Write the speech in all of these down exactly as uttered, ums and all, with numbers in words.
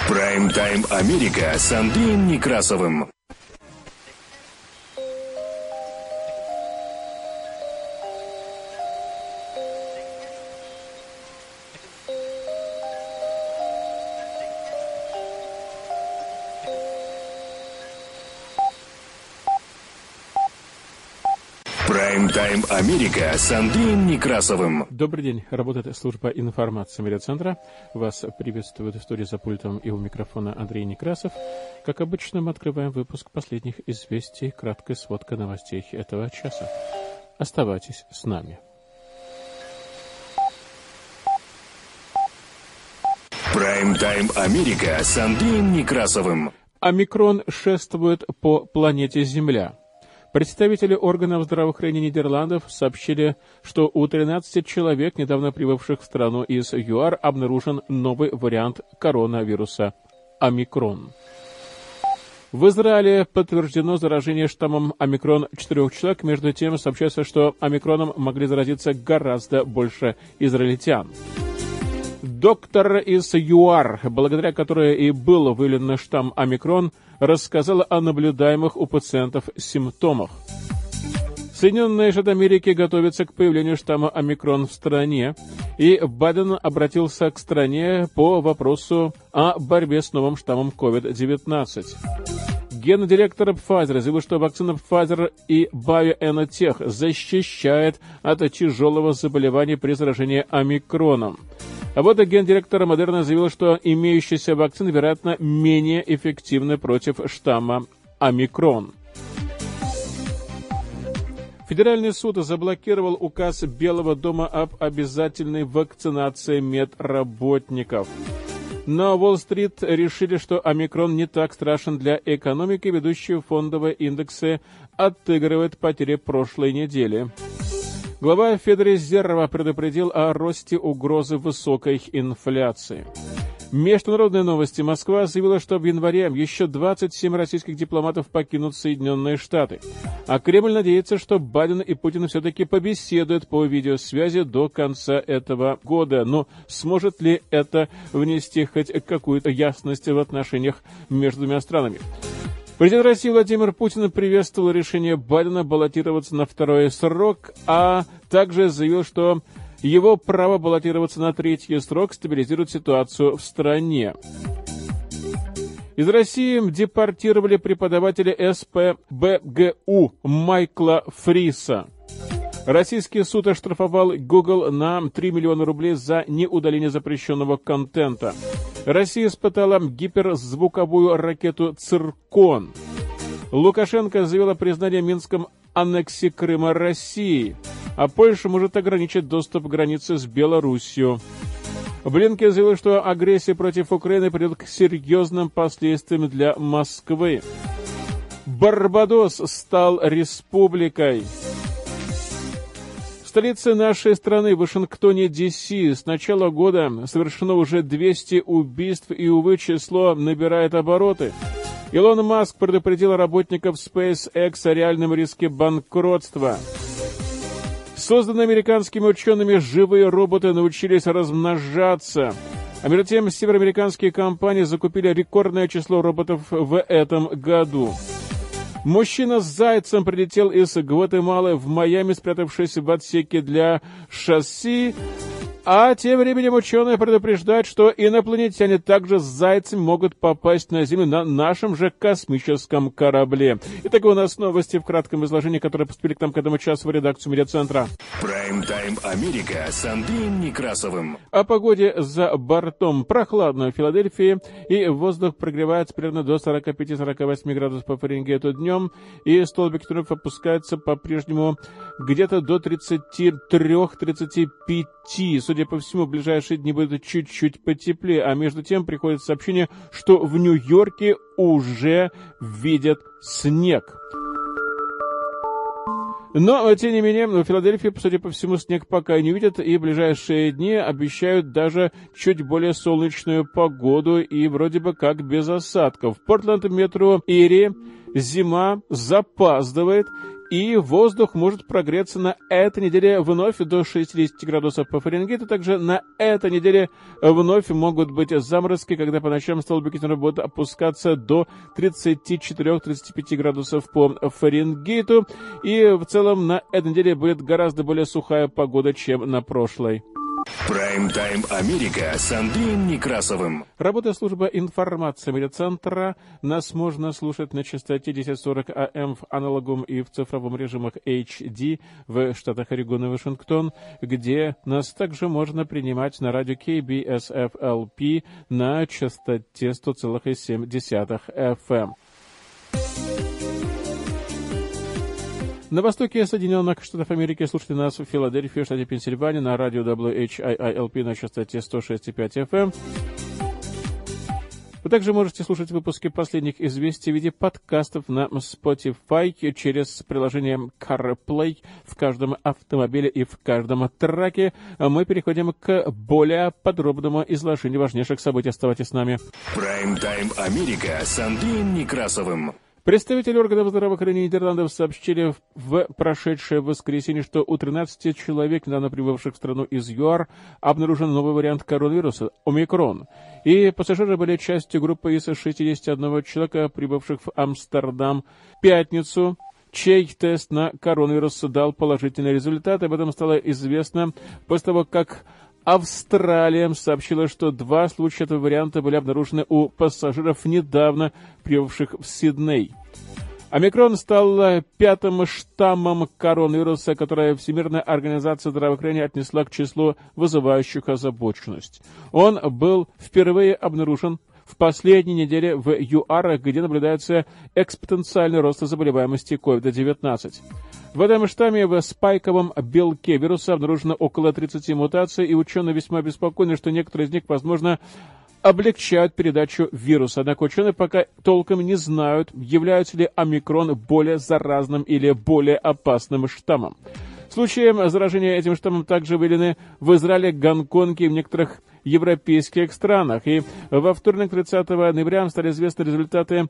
Прайм-тайм Америка с Андреем Некрасовым. Прайм-тайм Америка с Андреем Некрасовым. Добрый день. Работает служба информации медиацентра. Вас приветствует в студии за пультом и у микрофона Андрей Некрасов. Как обычно, мы открываем выпуск последних известий, краткая сводка новостей этого часа. Оставайтесь с нами. Прайм-тайм Америка с Андреем Некрасовым. Омикрон шествует по планете Земля. Представители органов здравоохранения Нидерландов сообщили, что у тринадцати человек, недавно прибывших в страну из ЮАР, обнаружен новый вариант коронавируса – омикрон. В Израиле подтверждено заражение штаммом омикрон четырех человек. Между тем, сообщается, что омикроном могли заразиться гораздо больше израильтян. Доктор из ЮАР, благодаря которой и был выявлен штамм омикрон, рассказала о наблюдаемых у пациентов симптомах. Соединенные Штаты Америки готовятся к появлению штамма омикрон в стране, и Байден обратился к стране по вопросу о борьбе с новым штаммом ковид девятнадцать. Гендиректор Pfizer заявил, что вакцина Pfizer и BioNTech защищает от тяжелого заболевания при заражении омикроном. А вот гендиректор Модерна заявил, что имеющиеся вакцины, вероятно, менее эффективны против штамма омикрон. Федеральный суд заблокировал указ Белого дома об обязательной вакцинации медработников. На Уолл-стрит решили, что омикрон не так страшен для экономики. Ведущие фондовые индексы отыгрывают потери прошлой недели. Глава Федрезерва предупредил о росте угрозы высокой инфляции. Международные новости. Москва заявила, что в январе еще двадцать семь российских дипломатов покинут Соединенные Штаты. А Кремль надеется, что Байден и Путин все-таки побеседуют по видеосвязи до конца этого года. Но сможет ли это внести хоть какую-то ясность в отношениях между двумя странами? Президент России Владимир Путин приветствовал решение Байдена баллотироваться на второй срок, а также заявил, что его право баллотироваться на третий срок стабилизирует ситуацию в стране. Из России депортировали преподавателя эс пэ бэ гэ у Майкла Фриса. Российский суд оштрафовал Google на три миллиона рублей за неудаление запрещенного контента. Россия испытала гиперзвуковую ракету «Циркон». Лукашенко заявил о признании Минском аннексии Крыма России, а Польша может ограничить доступ к границе с Белоруссией. Блинкен заявил, что агрессия против Украины приведет к серьезным последствиям для Москвы. Барбадос стал республикой. В столице нашей страны, в Вашингтоне, Ди Си, с начала года совершено уже двести убийств, и, увы, число набирает обороты. Илон Маск предупредил работников SpaceX о реальном риске банкротства. Созданные американскими учеными живые роботы научились размножаться. А между тем, североамериканские компании закупили рекордное число роботов в этом году. Мужчина с зайцем прилетел из Гватемалы в Майами, спрятавшись в отсеке для шасси. А тем временем ученые предупреждают, что инопланетяне также с зайцем могут попасть на Землю на нашем же космическом корабле. Итак, у нас новости в кратком изложении, которые поступили к нам к этому часу в редакцию медиацентра. Прайм-тайм Америка с Андреем Некрасовым. О погоде за бортом. Прохладно в Филадельфии, и воздух прогревается примерно до сорок пять - сорок восемь градусов по Фаренгейту днем, и столбик термометров опускается по-прежнему где-то до тридцати трёх - тридцати пяти. Судя по всему, в ближайшие дни будет чуть-чуть потеплее, а между тем приходит сообщение, что в Нью-Йорке уже видят снег. Но, тем не менее, в Филадельфии, судя по всему, снег пока не видят, и в ближайшие дни обещают даже чуть более солнечную погоду и вроде бы как без осадков. В Портленд, метро Эри зима запаздывает, и воздух может прогреться на этой неделе вновь до шестидесяти градусов по Фаренгейту. Также на этой неделе вновь могут быть заморозки, когда по ночам столбики будут опускаться до тридцати четырёх — тридцати пяти градусов по Фаренгейту. И в целом на этой неделе будет гораздо более сухая погода, чем на прошлой. Прайм-тайм Америка с Андреем Некрасовым. Работая служба информации медиацентра, нас можно слушать на частоте тысяча сорок АМ в аналоговом и в цифровом режимах эйч ди в штатах Орегон и Вашингтон, где нас также можно принимать на радио кей би эс эф эл пи на частоте сто целых семь десятых эф эм. На востоке Соединенных Штатов Америки слушайте нас в Филадельфии, в штате Пенсильвания, на радио дабл ю эйч ай ай эл пи на частоте сто шесть и пять эф эм. Вы также можете слушать выпуски последних известий в виде подкастов на Spotify через приложение CarPlay в каждом автомобиле и в каждом траке. Мы переходим к более подробному изложению важнейших событий. Оставайтесь с нами. Прайм-тайм Америка с Андреем Некрасовым. Представители органов здравоохранения Нидерландов сообщили в прошедшее воскресенье, что у тринадцати человек, недавно прибывших в страну из ЮАР, обнаружен новый вариант коронавируса – омикрон. И пассажиры были частью группы из шестидесяти одного человека, прибывших в Амстердам в пятницу, чей тест на коронавирус дал положительный результат. Об этом стало известно после того, как Австралия сообщила, что два случая этого варианта были обнаружены у пассажиров, недавно прибывших в Сидней. Омикрон стал пятым штаммом коронавируса, которое Всемирная организация здравоохранения отнесла к числу вызывающих озабоченность. Он был впервые обнаружен в последней неделе в ЮАР, где наблюдается экспоненциальный рост заболеваемости ковид девятнадцать. В этом штамме в спайковом белке вируса обнаружено около тридцати мутаций, и ученые весьма обеспокоены, что некоторые из них, возможно, облегчают передачу вируса. Однако ученые пока толком не знают, является ли омикрон более заразным или более опасным штаммом. Случаи заражения этим штаммом также выявлены в Израиле, Гонконге и в некоторых европейских странах. И во вторник, тридцатого ноября, стали известны результаты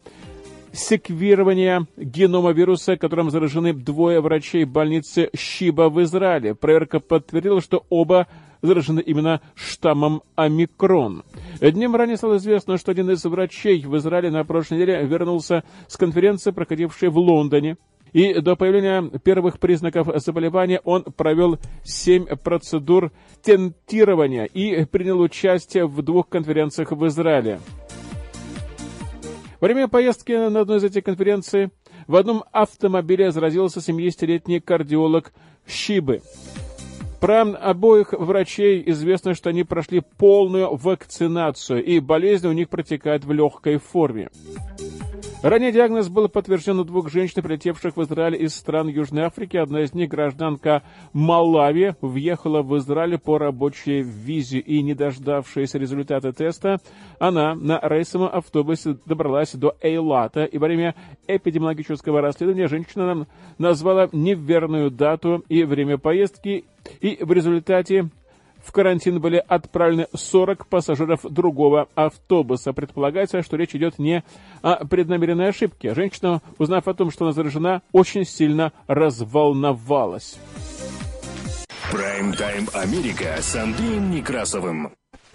секвирования генома вируса, которым заражены двое врачей больницы Шиба в Израиле. Проверка подтвердила, что оба заражены именно штаммом омикрон. Днем ранее стало известно, что один из врачей в Израиле на прошлой неделе вернулся с конференции, проходившей в Лондоне. И до появления первых признаков заболевания он провел семь процедур тентирования и принял участие в двух конференциях в Израиле. Во время поездки на одной из этих конференций в одном автомобиле заразился семидесятилетний кардиолог Шибы. Про обоих врачей известно, что они прошли полную вакцинацию, и болезнь у них протекает в легкой форме. Ранее диагноз был подтвержден у двух женщин, прилетевших в Израиль из стран Южной Африки. Одна из них, гражданка Малави, въехала в Израиль по рабочей визе и, не дождавшись результата теста, она на рейсовом автобусе добралась до Эйлата. И во время эпидемиологического расследования женщина назвала неверную дату и время поездки, и в результате в карантин были отправлены сорок пассажиров другого автобуса. Предполагается, что речь идет не о преднамеренной ошибке. Женщина, узнав о том, что она заражена, очень сильно разволновалась. Прайм-тайм Америка с Андреем Некрасовым.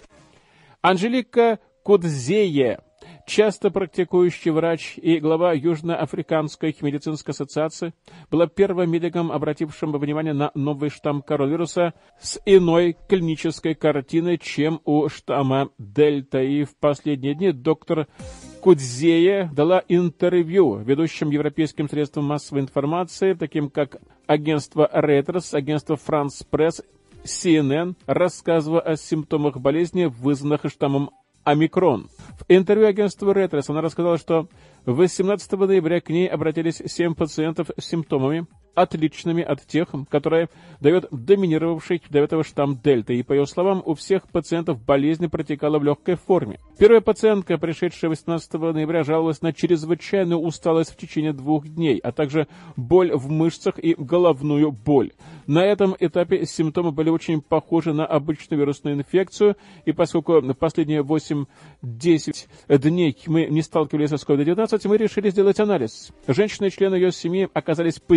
Анжелика Кудзее, часто практикующий врач и глава Южноафриканской медицинской ассоциации, была первым медиком, обратившим внимание на новый штамм коронавируса с иной клинической картиной, чем у штамма Дельта. И в последние дни доктор Кудзея дала интервью ведущим европейским средствам массовой информации, таким как агентство Reuters, агентство France Press, си эн эн, рассказывая о симптомах болезни, вызванных штаммом омикрон. В интервью агентству Reuters она рассказала, что восемнадцатого ноября к ней обратились семь пациентов с симптомами, отличными от тех, которые дает доминировавший до этого штамм Дельта. И, по ее словам, у всех пациентов болезнь протекала в легкой форме. Первая пациентка, пришедшая восемнадцатого ноября, жаловалась на чрезвычайную усталость в течение двух дней, а также боль в мышцах и головную боль. На этом этапе симптомы были очень похожи на обычную вирусную инфекцию, и поскольку в последние восемь-десять дней мы не сталкивались с ковид девятнадцать, мы решили сделать анализ. Женщины и члены ее семьи оказались позитивными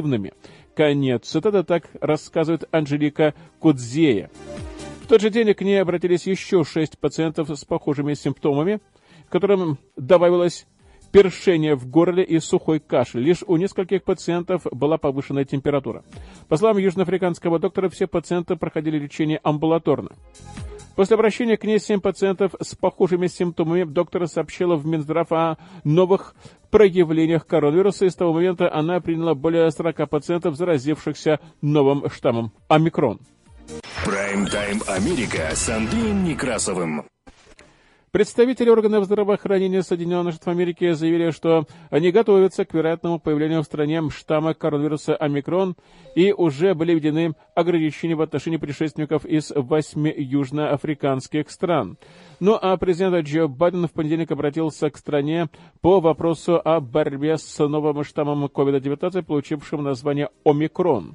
эффективными. Конец цитаты, так рассказывает Анжелика Кудзея. В тот же день к ней обратились еще шесть пациентов с похожими симптомами, которым добавилось першение в горле и сухой кашель. Лишь у нескольких пациентов была повышенная температура. По словам южноафриканского доктора, все пациенты проходили лечение амбулаторно. После обращения к ней семь пациентов с похожими симптомами доктор сообщила в Минздрав о новых проявлениях коронавируса, и с того момента она приняла более сорока пациентов, заразившихся новым штаммом омикрон. Прайм-тайм Америка с Андреем Некрасовым. Представители органов здравоохранения Соединенных Штатов Америки заявили, что они готовятся к вероятному появлению в стране штамма коронавируса омикрон, и уже были введены ограничения в отношении путешественников из восьми южноафриканских стран. Ну а президент Джо Байден в понедельник обратился к стране по вопросу о борьбе с новым штаммом ковид девятнадцать, получившим название омикрон.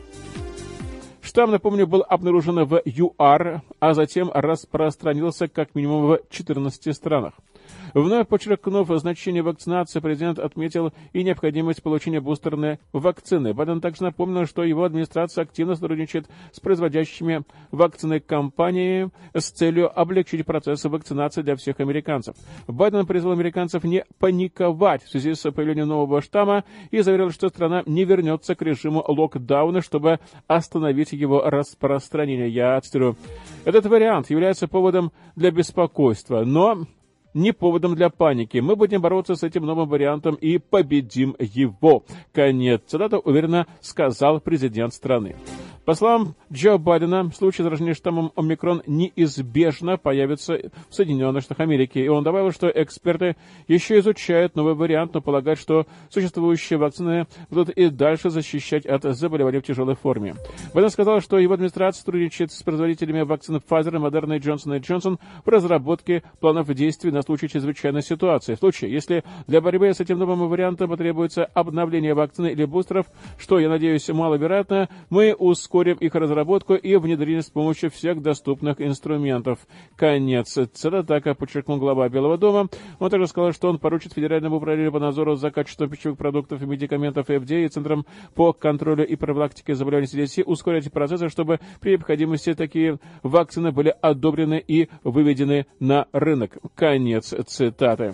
Штамм, напомню, был обнаружен в ЮАР, а затем распространился как минимум в четырнадцати странах. Вновь подчеркнув значение вакцинации, президент отметил и необходимость получения бустерной вакцины. Байден также напомнил, что его администрация активно сотрудничает с производящими вакцины компаниями с целью облегчить процесс вакцинации для всех американцев. Байден призвал американцев не паниковать в связи с появлением нового штамма и заверил, что страна не вернется к режиму локдауна, чтобы остановить его распространение. Я цитирую: «Этот вариант является поводом для беспокойства, но не поводом для паники. Мы будем бороться с этим новым вариантом и победим его». Конец цитаты, уверенно сказал президент страны. По словам Джо Байдена, случай заражения штаммом омикрон неизбежно появится в Соединенных Штатах Америки. И он добавил, что эксперты еще изучают новый вариант, но полагают, что существующие вакцины будут и дальше защищать от заболевания в тяжелой форме. Байден сказал, что его администрация сотрудничает с производителями вакцин Pfizer, Moderna и Johnson энд Johnson в разработке планов действий на случай чрезвычайной ситуации. В случае, если для борьбы с этим новым вариантом потребуется обновление вакцины или бустеров, что, я надеюсь, маловероятно, мы ускорим их разработку и внедрение с помощью всех доступных инструментов. Конец цитаты, так подчеркнул глава Белого дома. Он также сказал, что он поручит Федеральному управлению по надзору за качеством пищевых продуктов и медикаментов эф ди эй и Центрам по контролю и профилактике заболеваний си ди си ускорить процессы, чтобы при необходимости такие вакцины были одобрены и выведены на рынок. Конец цитаты.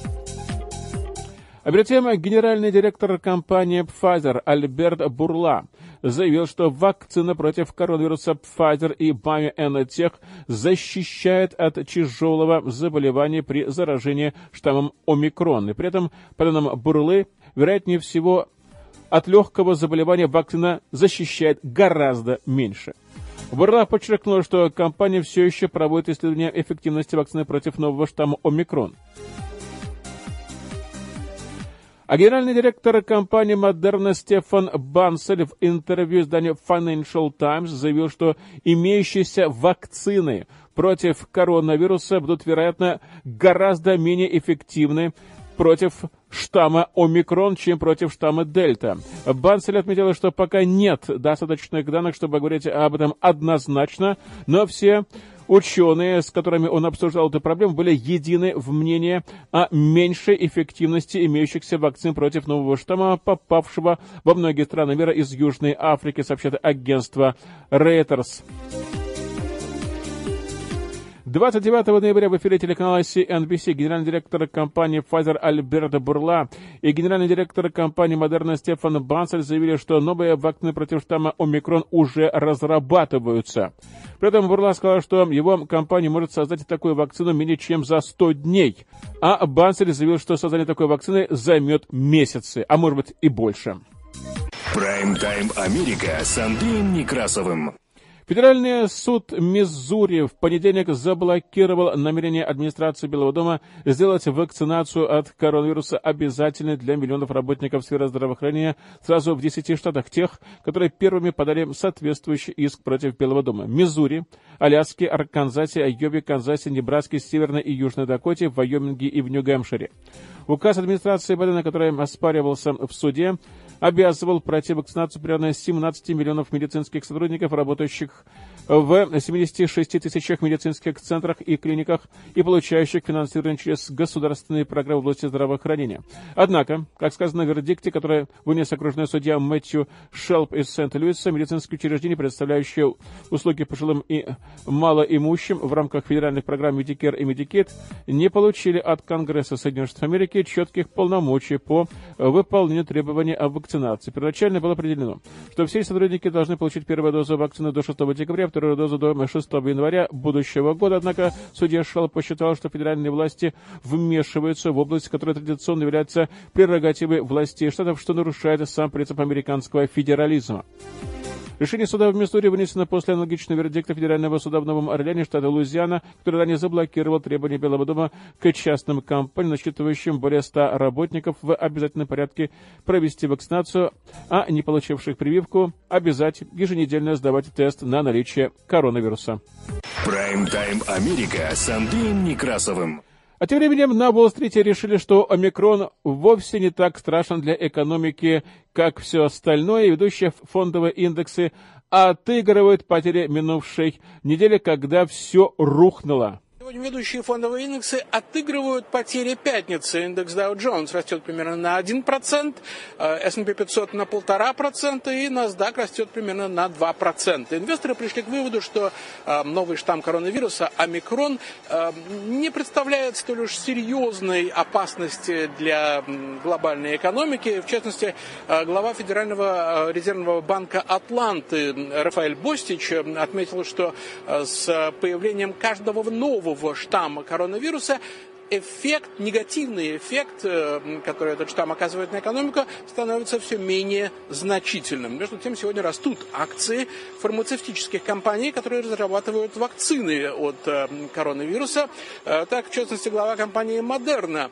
А перед тем генеральный директор компании Pfizer Альберт Бурла заявил, что вакцина против коронавируса Pfizer и BioNTech защищает от тяжелого заболевания при заражении штаммом омикрон. И при этом, по данным Бурлы, вероятнее всего, от легкого заболевания вакцина защищает гораздо меньше. Бурла подчеркнул, что компания все еще проводит исследования эффективности вакцины против нового штамма омикрон. А генеральный директор компании Moderna Стефан Банцель в интервью изданию Financial Times заявил, что имеющиеся вакцины против коронавируса будут, вероятно, гораздо менее эффективны против штамма омикрон, чем против штамма дельта. Банцель отметил, что пока нет достаточных данных, чтобы говорить об этом однозначно, но все ученые, с которыми он обсуждал эту проблему, были едины в мнении о меньшей эффективности имеющихся вакцин против нового штамма, попавшего во многие страны мира из Южной Африки, сообщает агентство Reuters. двадцать девятого ноября в эфире телеканала си эн би си генеральный директор компании Pfizer Альберт Бурла и генеральный директор компании Moderna Стефан Банцель заявили, что новые вакцины против штамма омикрон уже разрабатываются. При этом Бурла сказал, что его компания может создать такую вакцину менее чем за сто дней, а Банцель заявил, что создание такой вакцины займет месяцы, а может быть и больше. Прайм-тайм Америка с Андреем Некрасовым. Федеральный суд Миссури в понедельник заблокировал намерение администрации Белого дома сделать вакцинацию от коронавируса обязательной для миллионов работников сферы здравоохранения сразу в десяти штатах, тех, которые первыми подали соответствующий иск против Белого дома: Миссури, Аляске, Арканзасе, Айове, Канзасе, Небраске, Северной и Южной Дакоте, в Вайоминге и в Нью-Гэмпшире. Указ администрации Байдена, который оспаривался в суде, обязывал пройти вакцинацию примерно семнадцати миллионов медицинских сотрудников, работающих в семидесяти шести тысячах медицинских центрах и клиниках и получающих финансирование через государственные программы в области здравоохранения. Однако, как сказано в вердикте, который вынес окружной судья Мэтью Шелп из Сент-Луиса, медицинские учреждения, представляющие услуги пожилым и малоимущим в рамках федеральных программ Medicare и Medicaid, не получили от Конгресса Соединенных Штатов Америки четких полномочий по выполнению требований о вакцинации. Первоначально было определено, что все сотрудники должны получить первую дозу вакцины до шестого декабря, вторую дозу до шестого января будущего года. Однако судья Шелл посчитал, что федеральные власти вмешиваются в область, которая традиционно является прерогативой властей штатов, что нарушает сам принцип американского федерализма. Решение суда в Миссури вынесено после аналогичного вердикта федерального суда в Новом Орлеане, штата Луизиана, который ранее заблокировал требования Белого дома к частным компаниям, насчитывающим более ста работников, в обязательном порядке провести вакцинацию, а не получивших прививку обязать еженедельно сдавать тест на наличие коронавируса. Прайм-тайм Америка с Андреем Некрасовым. А тем временем на Уолл-стрите решили, что омикрон вовсе не так страшен для экономики, как все остальное, и ведущие фондовые индексы отыгрывают потери минувшей недели, когда все рухнуло. Сегодня ведущие фондовые индексы отыгрывают потери пятницы. Индекс Dow Jones растет примерно на один процент, эс энд пи пятьсот на полтора процента и NASDAQ растет примерно на два процента. Инвесторы пришли к выводу, что новый штамм коронавируса, омикрон, не представляет столь уж серьезной опасности для глобальной экономики. В частности, глава Федерального резервного банка Атланты Рафаэль Бостич отметил, что с появлением каждого нового штамма коронавируса эффект, негативный эффект, который этот штамм оказывает на экономику, становится все менее значительным. Между тем, сегодня растут акции фармацевтических компаний, которые разрабатывают вакцины от коронавируса. Так, в частности, глава компании Moderna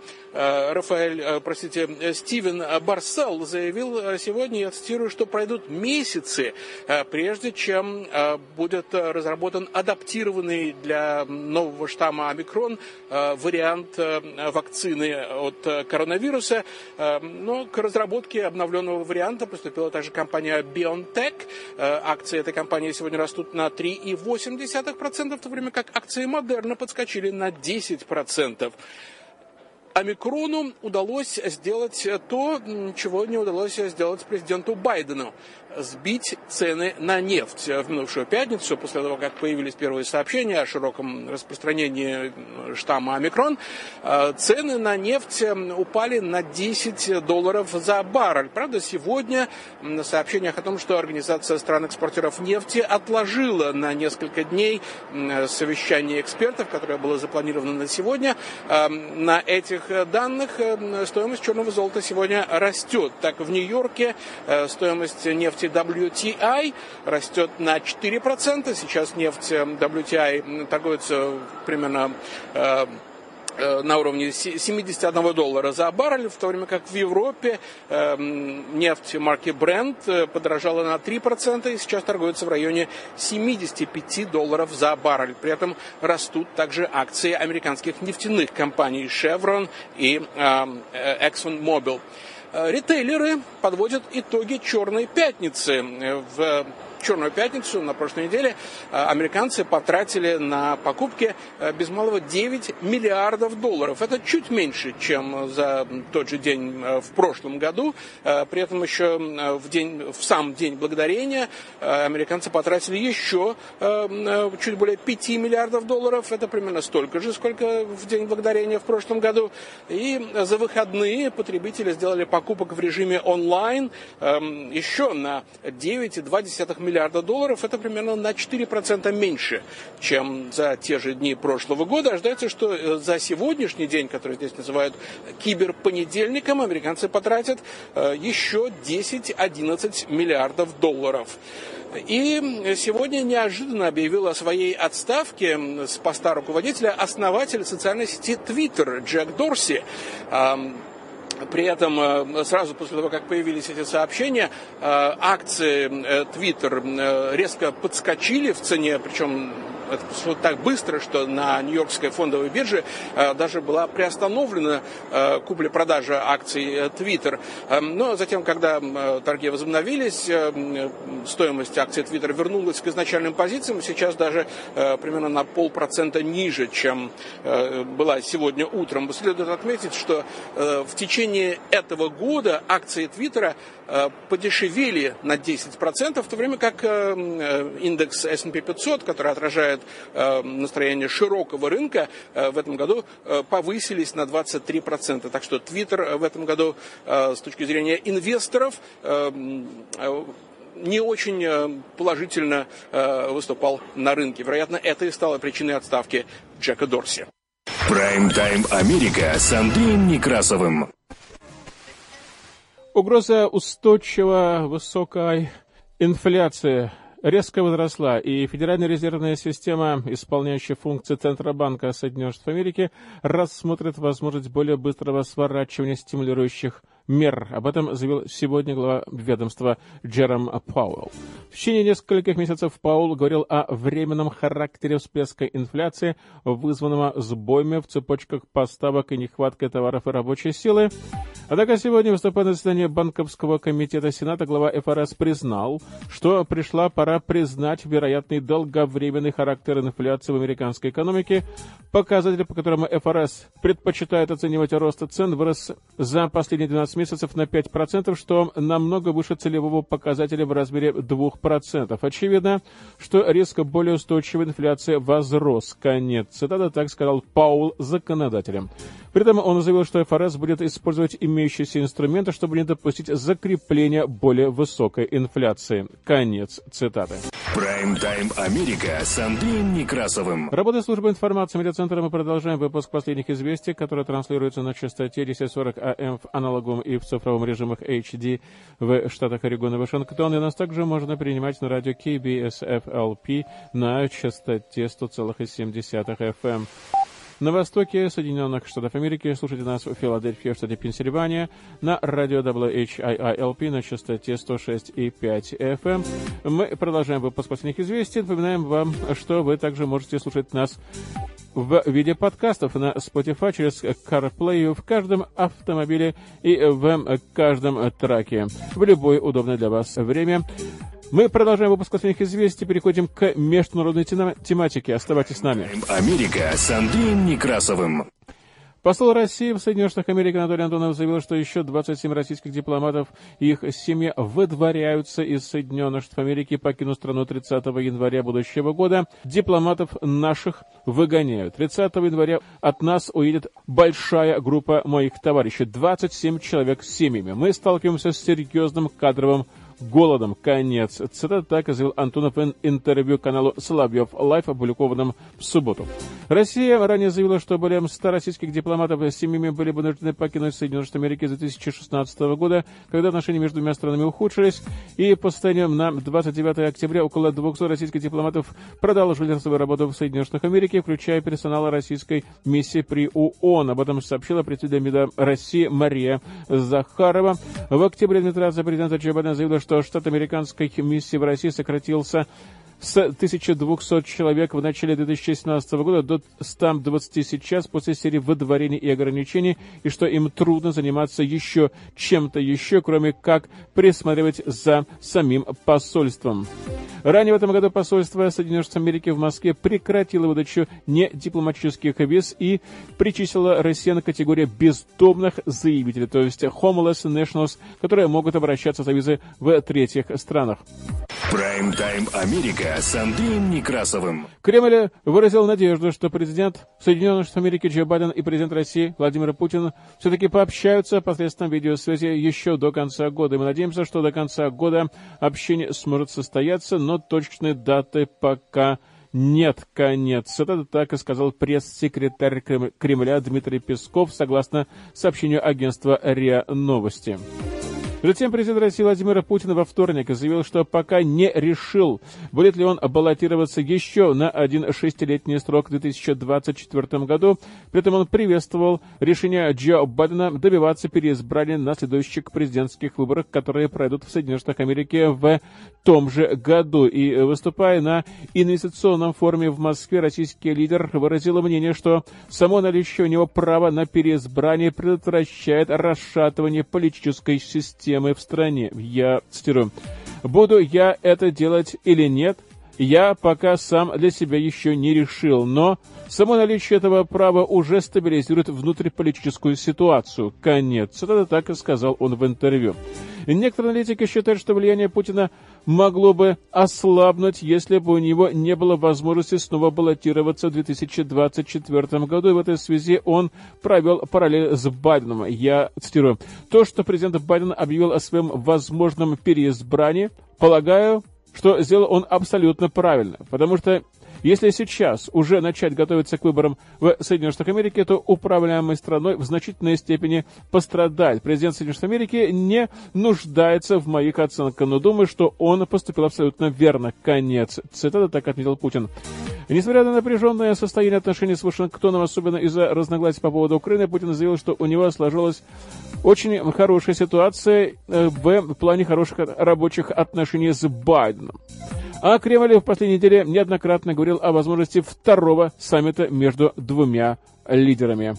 Рафаэль, простите, Стивен Барсел заявил сегодня, я цитирую, что пройдут месяцы, прежде чем будет разработан адаптированный для нового штамма омикрон вариант вакцины от коронавируса. Но к разработке обновленного варианта приступила также компания BioNTech. Акции этой компании сегодня растут на три и восемь десятых процента, в то время как акции Moderna подскочили на десять процентов. Омикрону удалось сделать то, чего не удалось сделать президенту Байдену – сбить цены на нефть. В минувшую пятницу, после того, как появились первые сообщения о широком распространении штамма омикрон, цены на нефть упали на десять долларов за баррель. Правда, сегодня на сообщениях о том, что Организация стран-экспортеров нефти отложила на несколько дней совещание экспертов, которое было запланировано на сегодня, на этих данных стоимость черного золота сегодня растет. Так, в Нью-Йорке стоимость нефти дабл ю ти ай растет на четыре процента. Сейчас нефть дабл ю ти ай торгуется примерно э, э, на уровне семьдесят один доллара за баррель, в то время как в Европе э, нефть марки Brent подорожала на три процента и сейчас торгуется в районе семьдесят пять долларов за баррель. При этом растут также акции американских нефтяных компаний Chevron и э, ExxonMobil. Ритейлеры подводят итоги «Черной пятницы». В Черную пятницу на прошлой неделе американцы потратили на покупки без малого девять миллиардов долларов. Это чуть меньше, чем за тот же день в прошлом году. При этом еще в, день, в сам День Благодарения американцы потратили еще чуть более пяти миллиардов долларов. Это примерно столько же, сколько в День Благодарения в прошлом году. И за выходные потребители сделали покупок в режиме онлайн еще на девять целых две десятых миллиарда долларов. Это примерно на четыре процента меньше, чем за те же дни прошлого года. Ожидается, что за сегодняшний день, который здесь называют киберпонедельником, американцы потратят еще десять-одиннадцать миллиардов долларов. И сегодня неожиданно объявил о своей отставке с поста руководителя основатель социальной сети Twitter Джек Дорси. При этом сразу после того, как появились эти сообщения, акции Twitter резко подскочили в цене, причем это прошло так быстро, что на Нью-Йоркской фондовой бирже даже была приостановлена купля-продажа акций Twitter. Но затем, когда торги возобновились, стоимость акций Twitter вернулась к изначальным позициям. Сейчас даже примерно на полпроцента ниже, чем была сегодня утром. Следует отметить, что в течение этого года акции Твиттера подешевели на десять процентов, в то время как индекс эс энд пи пятьсот, который отражает настроение широкого рынка, в этом году повысились на двадцать три процента. Так что Твиттер в этом году с точки зрения инвесторов не очень положительно выступал на рынке. Вероятно, это и стало причиной отставки Джека Дорси. Прайм-тайм Америка с Андреем Некрасовым. Угроза устойчиво высокой инфляции резко возросла, и Федеральная резервная система, исполняющая функции Центробанка Соединенных Штатов Америки, рассмотрит возможность более быстрого сворачивания стимулирующих мер. Об этом заявил сегодня глава ведомства Джером Пауэлл. В течение нескольких месяцев Пауэлл говорил о временном характере всплеска инфляции, вызванного сбоями в цепочках поставок и нехваткой товаров и рабочей силы. Однако сегодня, выступая на заседании Банковского комитета Сената, глава эф эр эс признал, что пришла пора признать вероятный долговременный характер инфляции в американской экономике. Показатель, по которому эф эр эс предпочитает оценивать рост цен, вырос за последние двенадцать месяцев на пять процентов, что намного выше целевого показателя в размере двух процентов. Очевидно, что риск более устойчивой инфляции возрос. Конец цитаты, так сказал Пауэлл законодателям. При этом он заявил, что эф эр эс будет использовать имеющиеся инструменты, чтобы не допустить закрепления более высокой инфляции. Конец цитаты. Прайм-тайм Америка с Андреем Некрасовым. Работая службы информации медиацентра, мы продолжаем выпуск последних известий, которые транслируются на частоте десять сорок эй эм в аналоговом и в цифровом режимах эйч ди в штатах Орегон и Вашингтон. И нас также можно принимать на радио кей би эс эф эл пи на частоте сто целых семь десятых эф эм. На востоке Соединенных Штатов Америки слушайте нас в Филадельфии, в штате Пенсильвания, на радио дабл ю эйч ай ай эл пи на частоте сто шесть и пять эф эм. Мы продолжаем выпуск последних известий. Напоминаем вам, что вы также можете слушать нас в виде подкастов на Spotify через CarPlay в каждом автомобиле и в каждом траке в любое удобное для вас время. Мы продолжаем выпуск последних известий, переходим к международной тематике. Оставайтесь с нами. Америка с Андреем Некрасовым. Посол России в Соединенных Штатах Америки Анатолий Антонов заявил, что еще двадцать семь российских дипломатов и их семьи выдворяются из Соединенных Штатов Америки и покинут страну тридцатого января будущего года. Дипломатов наших выгоняют. тридцатого января от нас уедет большая группа моих товарищей. двадцать семь человек с семьями. Мы сталкиваемся с серьезным кадровым голодом. Конец цитаты, так заявил Антонов в интервью каналу Соловьев Лайф, опубликованном в субботу. Россия ранее заявила, что более ста российских дипломатов с семьями были бы вынуждены покинуть Соединенные Штаты Америки с две тысячи шестнадцатого года, когда отношения между двумя странами ухудшились, и по состоянию на двадцать девятое октября около двухсот российских дипломатов продолжили свою работу в Соединенных Штатах Америки, включая персонал российской миссии при ООН. Об этом сообщила председатель МИДа России Мария Захарова. В октябре администрация президента Джо Байдена заявила, что что штат американской миссии в России сократился с тысячи двухсот человек в начале две тысячи семнадцатого года до ста двадцати сейчас после серии выдворений и ограничений, и что им трудно заниматься еще чем-то еще, кроме как присматривать за самим посольством. Ранее в этом году посольство Соединенных Штатов Америки в Москве прекратило выдачу недипломатических виз и причислило россиян к категории бездомных заявителей, то есть homeless nationals, которые могут обращаться за визы в третьих странах. Прайм-тайм Америка с Андреем Некрасовым. Кремль выразил надежду, что президент Соединенных Штатов Америки Джо Байден и президент России Владимир Путин все-таки пообщаются посредством видеосвязи еще до конца года. И мы надеемся, что до конца года общение сможет состояться, но точной даты пока нет. Конец. Это так и сказал пресс-секретарь Кремля Дмитрий Песков, согласно сообщению агентства РИА Новости. Затем президент России Владимир Путин во вторник заявил, что пока не решил, будет ли он баллотироваться еще на один шестилетний срок в две тысячи двадцать четвёртом году. При этом он приветствовал решение Джо Байдена добиваться переизбрания на следующих президентских выборах, которые пройдут в Соединенных Штатах Америки в том же году. И выступая на инвестиционном форуме в Москве, российский лидер выразил мнение, что само наличие у него права на переизбрание предотвращает расшатывание политической системы в стране. Я цитирую: «Буду я это делать или нет, я пока сам для себя еще не решил, но само наличие этого права уже стабилизирует внутриполитическую ситуацию». Конец цитаты, так и сказал он в интервью. Некоторые аналитики считают, что влияние Путина могло бы ослабнуть, если бы у него не было возможности снова баллотироваться в две тысячи двадцать четвёртом году, и в этой связи он провел параллель с Байденом. Я цитирую: «То, что президент Байден объявил о своем возможном переизбрании, полагаю, что сделал он абсолютно правильно, потому что если сейчас уже начать готовиться к выборам в Соединенных Штатах Америки, то управляемой страной в значительной степени пострадает. Президент Соединенных Штатов Америки не нуждается в моих оценках, но думаю, что он поступил абсолютно верно». Конец цитаты, так отметил Путин. Несмотря на напряженное состояние отношений с Вашингтоном, особенно из-за разногласий по поводу Украины, Путин заявил, что у него сложилась очень хорошая ситуация в плане хороших рабочих отношений с Байденом. А Кремль в последней неделе неоднократно говорил о возможности второго саммита между двумя лидерами.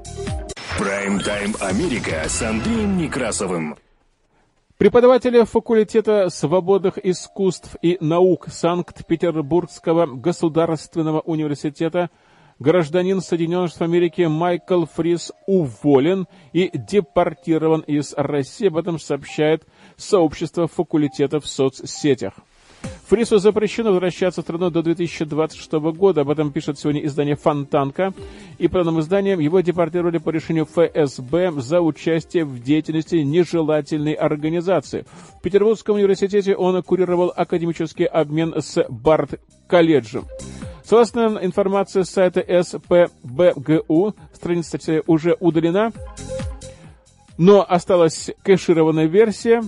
Прайм-тайм Америка с Андреем Некрасовым. Преподаватель факультета свободных искусств и наук Санкт-Петербургского государственного университета, гражданин Соединенных Штатов Америки Майкл Фрис уволен и депортирован из России. Об этом сообщает сообщество факультетов в соцсетях. Фрису запрещено возвращаться в страну до две тысячи двадцать шестого года. Об этом пишет сегодня издание «Фонтанка». И по данным изданиям, его депортировали по решению эф эс бэ за участие в деятельности нежелательной организации. В Петербургском университете он курировал академический обмен с Барт-колледжем. Согласно информации с сайта эс пэ бэ гэ у, страница, кстати, уже удалена, но осталась кэшированная версия.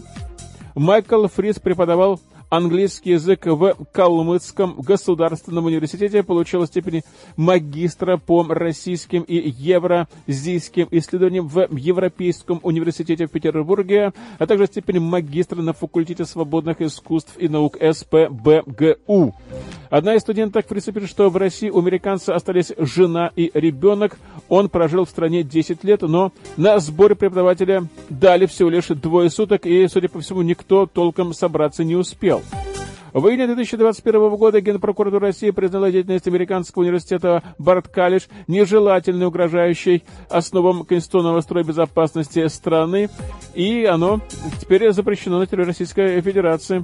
Майкл Фрис преподавал английский язык в Калмыцком государственном университете, получил степень магистра по российским и евразийским исследованиям в Европейском университете в Петербурге, а также степень магистра на факультете свободных искусств и наук эс пэ бэ гэ у. Одна из студенток Фриса пишет, что в России у американца остались жена и ребенок. Он прожил в стране десять лет, но на сборе преподавателя дали всего лишь двое суток, и, судя по всему, никто толком собраться не успел. В июне две тысячи двадцать первого года Генпрокуратура России признала деятельность американского университета Барт-колледж нежелательной, угрожающей основам конституционного строя безопасности страны, и оно теперь запрещено на территории Российской Федерации.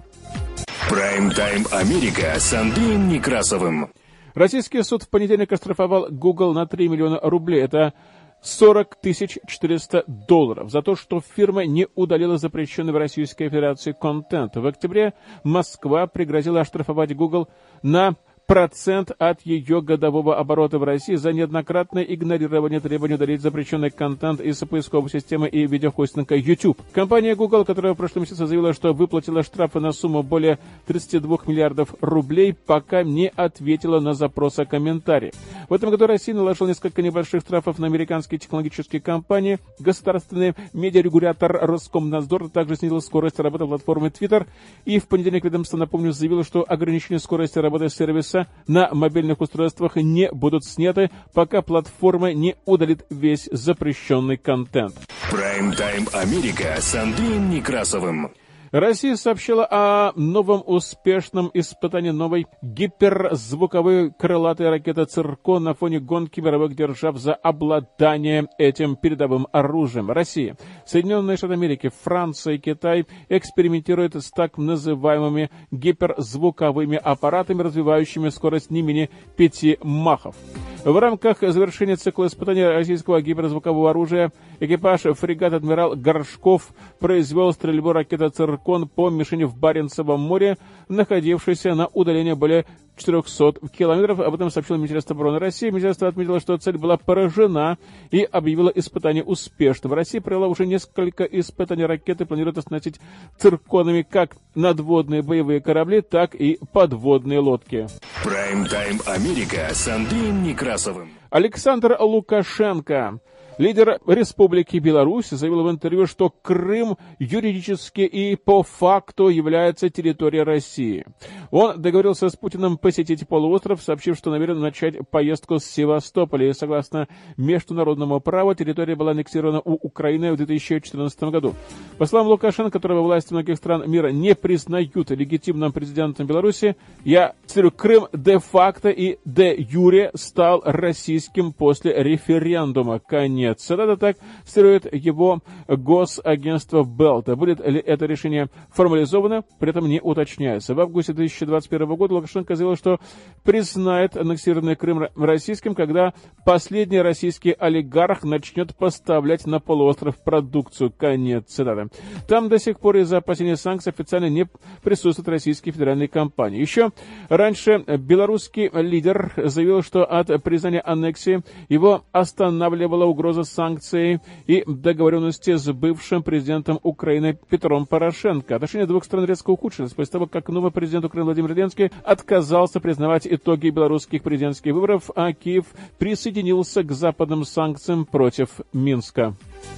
Прайм-тайм Америка с Андреем Некрасовым. Российский суд в понедельник оштрафовал Google на три миллиона рублей. Это сорок тысяч четыреста долларов за то, что фирма не удалила запрещенный в Российской Федерации контент. В октябре Москва пригрозила оштрафовать Google на процент от ее годового оборота в России за неоднократное игнорирование требований удалить запрещенный контент из поисковой системы и видеохостинга YouTube. Компания Google, которая в прошлом месяце заявила, что выплатила штрафы на сумму более тридцати двух миллиардов рублей, пока не ответила на запрос о комментарии. В этом году Россия наложила несколько небольших штрафов на американские технологические компании. Государственный медиарегулятор Роскомнадзор также снизил скорость работы платформы Twitter. И в понедельник ведомство, напомню, заявило, что ограничение скорости работы сервиса на мобильных устройствах не будут сняты, пока платформа не удалит весь запрещенный контент. Прайм-тайм Америка с Андреем Некрасовым. Россия сообщила о новом успешном испытании новой гиперзвуковой крылатой ракеты «Циркон» на фоне гонки мировых держав за обладание этим передовым оружием. Россия, Соединенные Штаты Америки, Франция и Китай экспериментируют с так называемыми гиперзвуковыми аппаратами, развивающими скорость не менее пяти махов. В рамках завершения цикла испытаний российского гиперзвукового оружия экипаж фрегата «Адмирал Горшков» произвел стрельбу ракеты «Циркон» по мишени в Баренцевом море, находившейся на удалении более четырехсот километров. Об этом сообщило Министерство обороны России. Министерство отметило, что цель была поражена и объявило испытание успешным. Россия провела уже несколько испытаний ракеты, планирует оснастить цирконами как надводные боевые корабли, так и подводные лодки. Прайм-тайм Америка с Андреем Некрасовым. Александр Лукашенко, лидер Республики Беларусь, заявил в интервью, что Крым юридически и по факту является территорией России. Он договорился с Путиным посетить полуостров, сообщив, что намерен начать поездку с Севастополя. И согласно международному праву, территория была аннексирована у Украины в две тысячи четырнадцатом году. По словам Лукашенко, которого власти многих стран мира не признают легитимным президентом Беларуси, я цитирую, Крым де-факто и де-юре стал российским после референдума. Конец. Цитата, так цитирует его госагентство Белта. Будет ли это решение формализовано, при этом не уточняется. В августе две тысячи двадцать первого года Лукашенко заявил, что признает аннексированный Крым российским, когда последний российский олигарх начнет поставлять на полуостров продукцию. Конец цитаты. Там до сих пор из-за опасения санкций официально не присутствуют российские федеральные компании. Еще раньше белорусский лидер заявил, что от признания аннексии его останавливала угроза санкций и договоренности с бывшим президентом Украины Петром Порошенко. Отношения двух стран резко ухудшились после того, как новый президент Украины Владимир Зеленский отказался признавать итоги белорусских президентских выборов, а Киев присоединился к западным санкциям против Минска.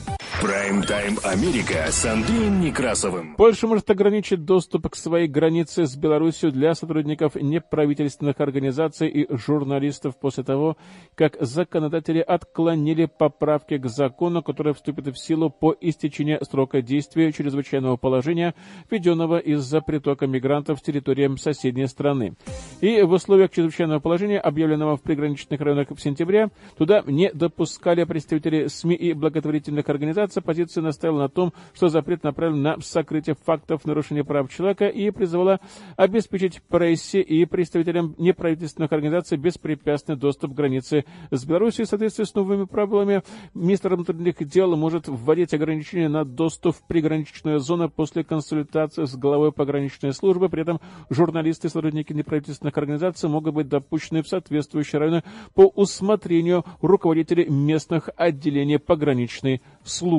Прайм-тайм Америка с Андреем Некрасовым. Польша может ограничить доступ к своей границе с Беларусью для сотрудников неправительственных организаций и журналистов после того, как законодатели отклонили поправки к закону, который вступит в силу по истечении срока действия чрезвычайного положения, введенного из-за притока мигрантов с территориям соседней страны. И в условиях чрезвычайного положения, объявленного в приграничных районах в сентябре, туда не допускали представители СМИ и благотворительных организаций. Оппозиция настаивала на том, что запрет направлен на сокрытие фактов нарушения прав человека и призывала обеспечить прессе и представителям неправительственных организаций беспрепятственный доступ к границе с Беларусью. В соответствии с новыми правилами, министр внутренних дел может вводить ограничения на доступ в приграничную зону после консультации с главой пограничной службы. При этом журналисты и сотрудники неправительственных организаций могут быть допущены в соответствующие районы по усмотрению руководителей местных отделений пограничной службы.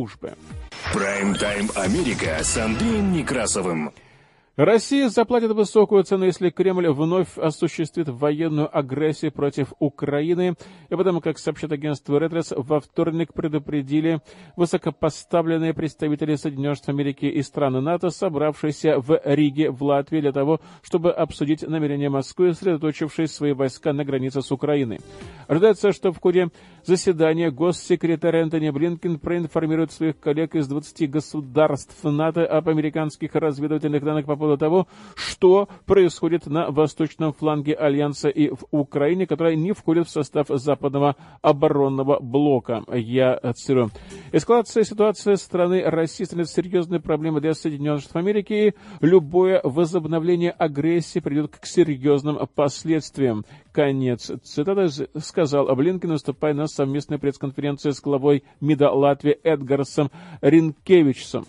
Прайм-тайм Америка с Андреем Некрасовым. Россия заплатит высокую цену, если Кремль вновь осуществит военную агрессию против Украины. И потому, как сообщает агентство Reuters, во вторник предупредили высокопоставленные представители Соединенных Штатов Америки и стран НАТО, собравшиеся в Риге, в Латвии, для того, чтобы обсудить намерения Москвы, сосредоточившей свои войска на границе с Украиной. Ожидается, что в ходе заседания госсекретарь Энтони Блинкен проинформирует своих коллег из двадцати государств НАТО об американских разведывательных данных по поводу того, что происходит на восточном фланге Альянса и в Украине, которая не входит в состав западного оборонного блока. Я цитирую. Эскалация ситуации со стороны России станет серьезной проблемой для Соединенных Штатов Америки, и любое возобновление агрессии приведет к серьезным последствиям. Конец цитаты, сказал Блинкен, выступая на совместной пресс-конференции с главой МИДа Латвии Эдгарсом Ринкевичсом.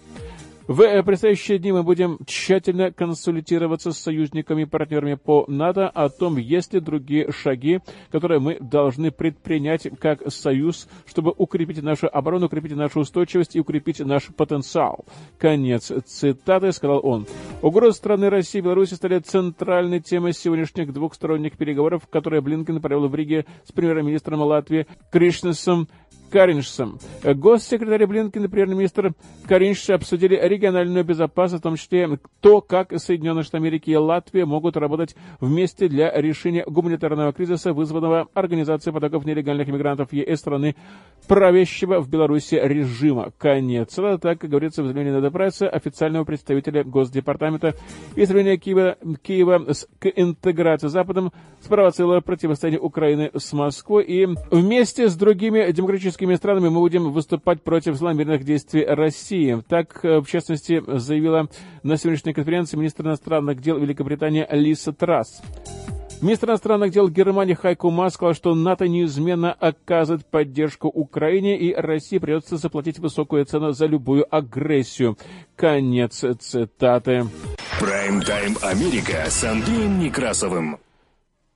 В предстоящие дни мы будем тщательно консультироваться с союзниками и партнерами по НАТО о том, есть ли другие шаги, которые мы должны предпринять как союз, чтобы укрепить нашу оборону, укрепить нашу устойчивость и укрепить наш потенциал. Конец цитаты, сказал он. Угрозы страны России и Беларуси стали центральной темой сегодняшних двухсторонних переговоров, которые Блинкен провел в Риге с премьер-министром Латвии Кришнесом Кариншем. Госсекретарь Блинкен и премьер-министр Каринш обсудили региональную безопасность, в том числе то, как Соединенные Штаты Америки и Латвия могут работать вместе для решения гуманитарного кризиса, вызванного организацией потоков нелегальных мигрантов ЕС страны правящего в Беларуси режима. Конец. Так говорится в заявлении на прессе официального представителя Госдепартамента. И заявление Киева, Киева к интеграции с Западом спровоцировало противостояние Украины с Москвой, и вместе с другими демократическими странами мы будем выступать против злонамеренных действий России. Так, в частности, заявила на сегодняшней конференции министр иностранных дел Великобритании Лиз Трасс. Министр иностранных дел Германии Хайко Маас сказал, что НАТО неизменно оказывает поддержку Украине, и России придется заплатить высокую цену за любую агрессию. Конец цитаты. Прайм-тайм Америка с Андреем Некрасовым.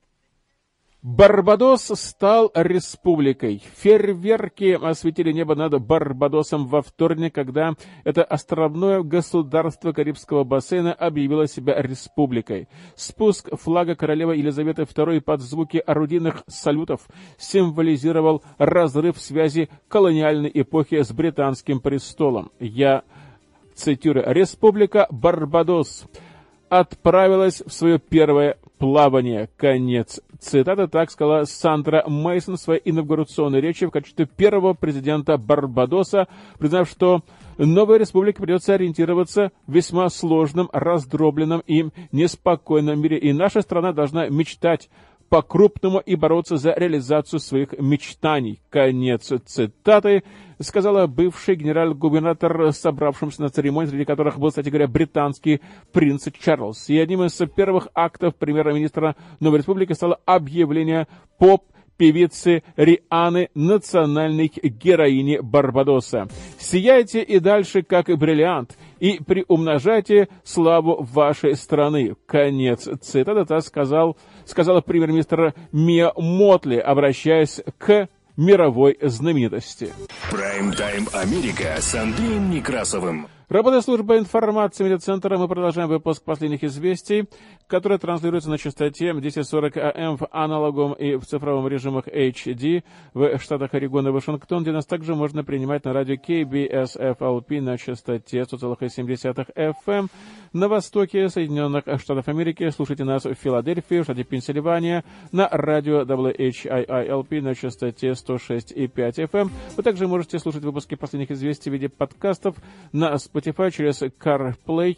Барбадос стал республикой. Фейерверки осветили небо над Барбадосом во вторник, когда это островное государство Карибского бассейна объявило себя республикой. Спуск флага королевы Елизаветы второй под звуки орудийных салютов символизировал разрыв связи колониальной эпохи с британским престолом. Я цитирую: «Республика Барбадос отправилась в свое первое плавание». Конец цитаты. Так сказала Сандра Мейсон в своей инаугурационной речи в качестве первого президента Барбадоса, признав, что новой республике придется ориентироваться в весьма сложном, раздробленном и неспокойном мире. И наша страна должна мечтать по-крупному и бороться за реализацию своих мечтаний. Конец цитаты, сказала бывший генерал-губернатор, собравшимся на церемонии, среди которых был, кстати говоря, британский принц Чарльз. И одним из первых актов премьер-министра новой республики стало объявление поп певицы Рианы национальной героини Барбадоса. «Сияйте и дальше, как и бриллиант, и приумножайте славу вашей страны». Конец цитаты, так сказал, сказала премьер-министр Мия Мотли, обращаясь к мировой знаменитости. Прайм-тайм Америка с Андреем Некрасовым. Работает служба информации медиацентра. Мы продолжаем выпуск последних известий, которые транслируются на частоте десять сорок АМ в аналоговом и в цифровом режимах эйч ди в штатах Орегон и Вашингтон, где нас также можно принимать на радио кей би эс эф эл пи на частоте сто целых семь десятых эф эм. На востоке Соединенных Штатов Америки слушайте нас в Филадельфии, в штате Пенсильвания, на радио дабл ю эйч ай ай эл пи на частоте сто шесть и пять эф эм. Вы также можете слушать выпуски последних известий в виде подкастов на Spotify через CarPlay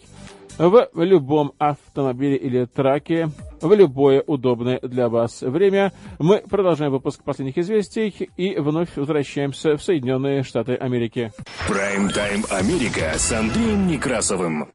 в любом автомобиле или траке в любое удобное для вас время. Мы продолжаем выпуск последних известий и вновь возвращаемся в Соединенные Штаты Америки. Прайм-тайм Америка с Андреем Некрасовым.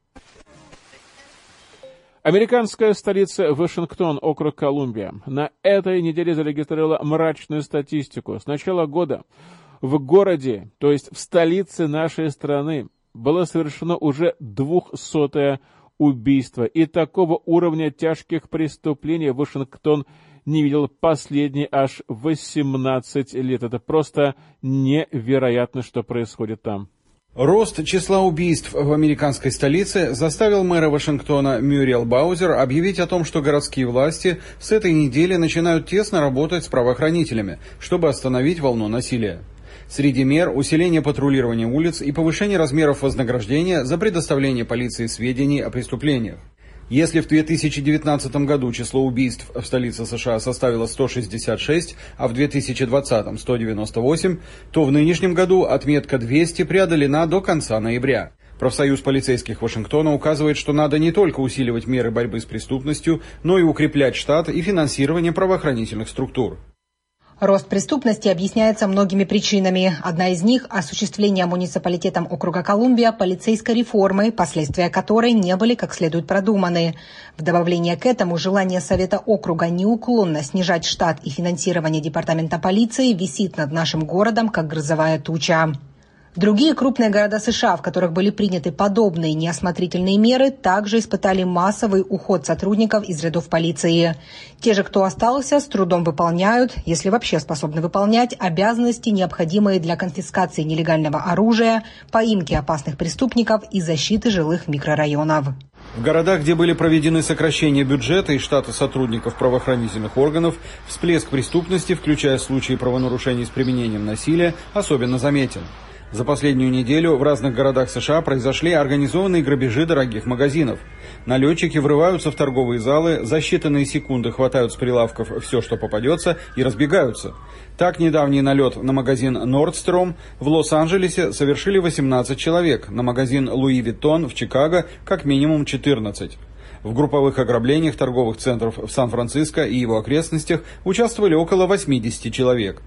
Американская столица Вашингтон, округ Колумбия, на этой неделе зарегистрировала мрачную статистику. С начала года в городе, то есть в столице нашей страны, было совершено уже двухсотое убийство. И такого уровня тяжких преступлений Вашингтон не видел последние аж восемнадцать лет. Это просто невероятно, что происходит там. Рост числа убийств в американской столице заставил мэра Вашингтона Мюриэл Баузер объявить о том, что городские власти с этой недели начинают тесно работать с правоохранителями, чтобы остановить волну насилия. Среди мер – усиление патрулирования улиц и повышение размеров вознаграждения за предоставление полиции сведений о преступлениях. Если в две тысячи девятнадцатом году число убийств в столице США составило сто шестьдесят шесть, а в две тысячи двадцатом – сто девяносто восемь, то в нынешнем году отметка двести преодолена до конца ноября. Профсоюз полицейских Вашингтона указывает, что надо не только усиливать меры борьбы с преступностью, но и укреплять штат и финансирование правоохранительных структур. Рост преступности объясняется многими причинами. Одна из них – осуществление муниципалитетом округа Колумбия полицейской реформы, последствия которой не были как следует продуманы. В добавление к этому желание Совета округа неуклонно снижать штат и финансирование департамента полиции висит над нашим городом, как грозовая туча. Другие крупные города США, в которых были приняты подобные неосмотрительные меры, также испытали массовый уход сотрудников из рядов полиции. Те же, кто остался, с трудом выполняют, если вообще способны выполнять, обязанности, необходимые для конфискации нелегального оружия, поимки опасных преступников и защиты жилых микрорайонов. В городах, где были проведены сокращения бюджета и штата сотрудников правоохранительных органов, всплеск преступности, включая случаи правонарушений с применением насилия, особенно заметен. За последнюю неделю в разных городах США произошли организованные грабежи дорогих магазинов. Налетчики врываются в торговые залы, за считанные секунды хватают с прилавков все, что попадется, и разбегаются. Так, недавний налет на магазин Nordstrom в Лос-Анджелесе совершили восемнадцать человек, на магазин Louis Vuitton в Чикаго как минимум четырнадцать. В групповых ограблениях торговых центров в Сан-Франциско и его окрестностях участвовали около восемьдесят человек.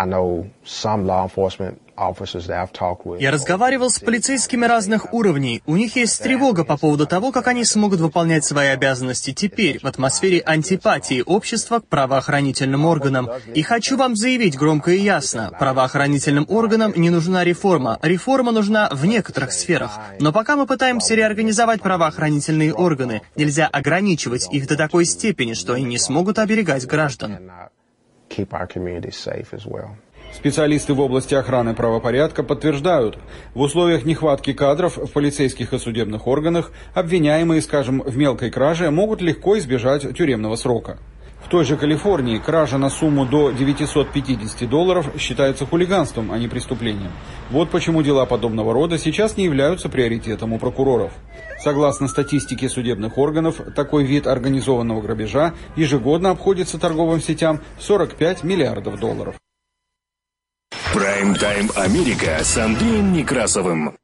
Я разговаривал с полицейскими разных уровней. У них есть тревога по поводу того, как они смогут выполнять свои обязанности теперь, в атмосфере антипатии общества к правоохранительным органам. И хочу вам заявить громко и ясно, правоохранительным органам не нужна реформа. Реформа нужна в некоторых сферах. Но пока мы пытаемся реорганизовать правоохранительные органы, нельзя ограничивать их до такой степени, что они не смогут оберегать граждан. Специалисты в области охраны правопорядка подтверждают, в условиях нехватки кадров в полицейских и судебных органах обвиняемые, скажем, в мелкой краже могут легко избежать тюремного срока. В той же Калифорнии кража на сумму до девятисот пятидесяти долларов считается хулиганством, а не преступлением. Вот почему дела подобного рода сейчас не являются приоритетом у прокуроров. Согласно статистике судебных органов, такой вид организованного грабежа ежегодно обходится торговым сетям в сорок пять миллиардов долларов. Прайм-тайм Америка с Андреем Некрасовым.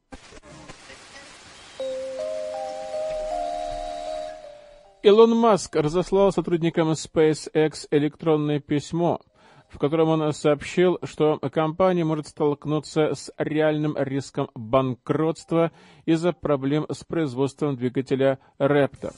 Илон Маск разослал сотрудникам SpaceX электронное письмо, в котором он сообщил, что компания может столкнуться с реальным риском банкротства из-за проблем с производством двигателя Raptor.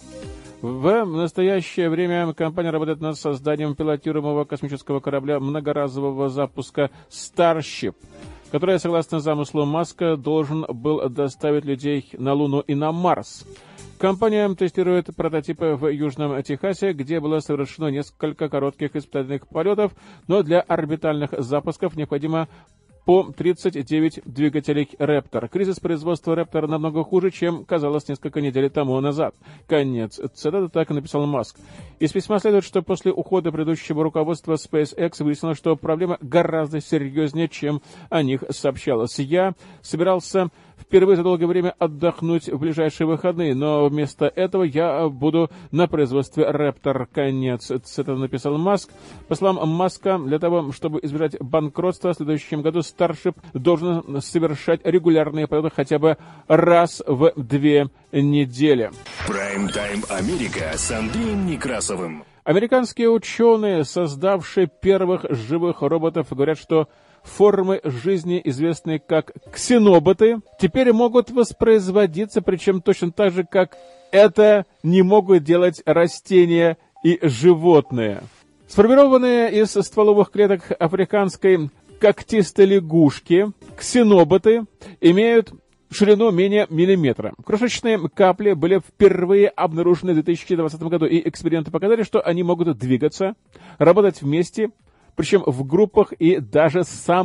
В настоящее время компания работает над созданием пилотируемого космического корабля многоразового запуска Starship, который, согласно замыслу Маска, должен был доставить людей на Луну и на Марс. Компания тестирует прототипы в Южном Техасе, где было совершено несколько коротких испытательных полетов, но для орбитальных запусков необходимо по тридцать девять двигателей Raptor. Кризис производства Raptor намного хуже, чем казалось несколько недель тому назад. Конец цитаты, так и написал Маск. Из письма следует, что после ухода предыдущего руководства SpaceX выяснилось, что проблема гораздо серьезнее, чем о них сообщалось. Я собирался впервые за долгое время отдохнуть в ближайшие выходные, но вместо этого я буду на производстве Raptor. Конец цитаты, написал Маск. По словам Маска, для того, чтобы избежать банкротства, в следующем году Starship должен совершать регулярные полеты хотя бы раз в две недели. Прайм-тайм Америка с Андреем Некрасовым. Американские ученые, создавшие первых живых роботов, говорят, что формы жизни, известные как ксеноботы, теперь могут воспроизводиться, причем точно так же, как это не могут делать растения и животные. Сформированные из стволовых клеток африканской когтистой лягушки, ксеноботы имеют ширину менее миллиметра. Крошечные капли были впервые обнаружены в две тысячи двадцатом году, и эксперименты показали, что они могут двигаться, работать вместе, причем в группах, и даже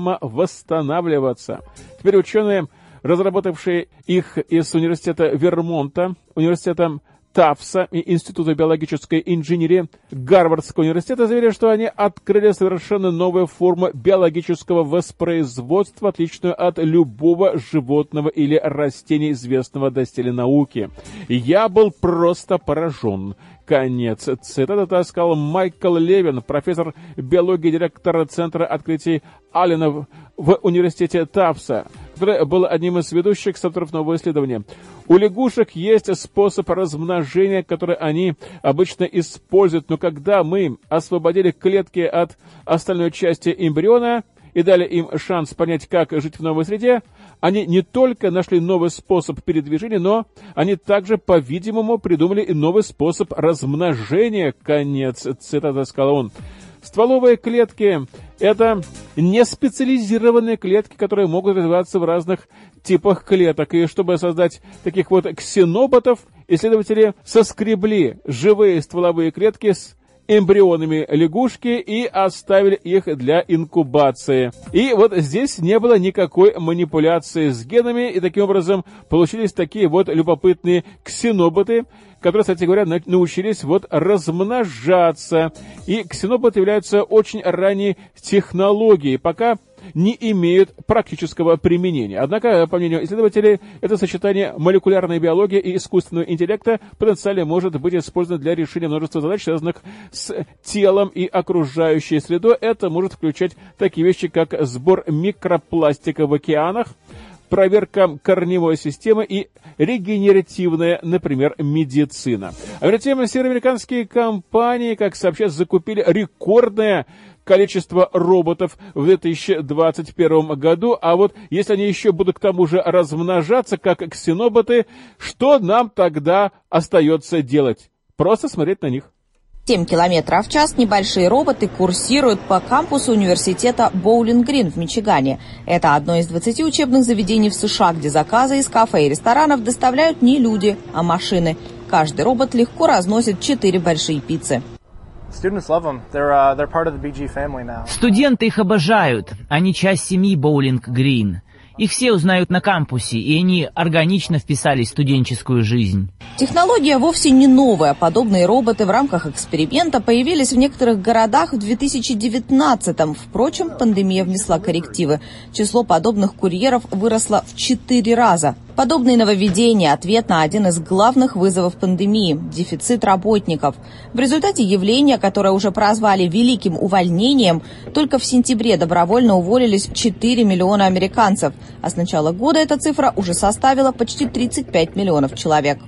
самовосстанавливаться. Теперь ученые, разработавшие их из университета Вермонта, университета Тафса и Института биологической инженерии Гарвардского университета, заявили, что они открыли совершенно новую форму биологического воспроизводства, отличную от любого животного или растения, известного доселе науки. Я был просто поражен. Конец цитаты, так сказал Майкл Левин, профессор биологии, директор Центра открытий Аллена в университете Тафса, который был одним из ведущих соавторов нового исследования. У лягушек есть способ размножения, который они обычно используют, но когда мы освободили клетки от остальной части эмбриона и дали им шанс понять, как жить в новой среде, они не только нашли новый способ передвижения, но они также, по-видимому, придумали и новый способ размножения. Конец цитаты, сказал он. Стволовые клетки – это неспециализированные клетки, которые могут развиваться в разных типах клеток. И чтобы создать таких вот ксеноботов, исследователи соскребли живые стволовые клетки с эмбрионами лягушки и оставили их для инкубации. И вот здесь не было никакой манипуляции с генами, и таким образом получились такие вот любопытные ксеноботы, которые, кстати говоря, научились вот размножаться. И ксеноботы являются очень ранней технологией, пока не имеют практического применения. Однако, по мнению исследователей, это сочетание молекулярной биологии и искусственного интеллекта потенциально может быть использовано для решения множества задач, связанных с телом и окружающей средой. Это может включать такие вещи, как сбор микропластика в океанах, проверка корневой системы и регенеративная, например, медицина. А перед тем североамериканские компании, как сообщают, закупили рекордное количество роботов в две тысячи двадцать первом году, а вот если они еще будут к тому же размножаться, как ксеноботы, что нам тогда остается делать? Просто смотреть на них. семь километров в час небольшие роботы курсируют по кампусу университета Боулинг-Грин в Мичигане. Это одно из двадцати учебных заведений в США, где заказы из кафе и ресторанов доставляют не люди, а машины. Каждый робот легко разносит четыре большие пиццы. Студенты их обожают. Они часть семьи Боулинг Грин. Их все узнают на кампусе, и они органично вписались в студенческую жизнь. Технология вовсе не новая. Подобные роботы в рамках эксперимента появились в некоторых городах в две тысячи девятнадцатом. Впрочем, пандемия внесла коррективы. Число подобных курьеров выросло в четыре раза. Подобные нововведения – ответ на один из главных вызовов пандемии – дефицит работников. В результате явления, которое уже прозвали «великим увольнением», только в сентябре добровольно уволились четыре миллиона американцев, а с начала года эта цифра уже составила почти тридцать пять миллионов человек.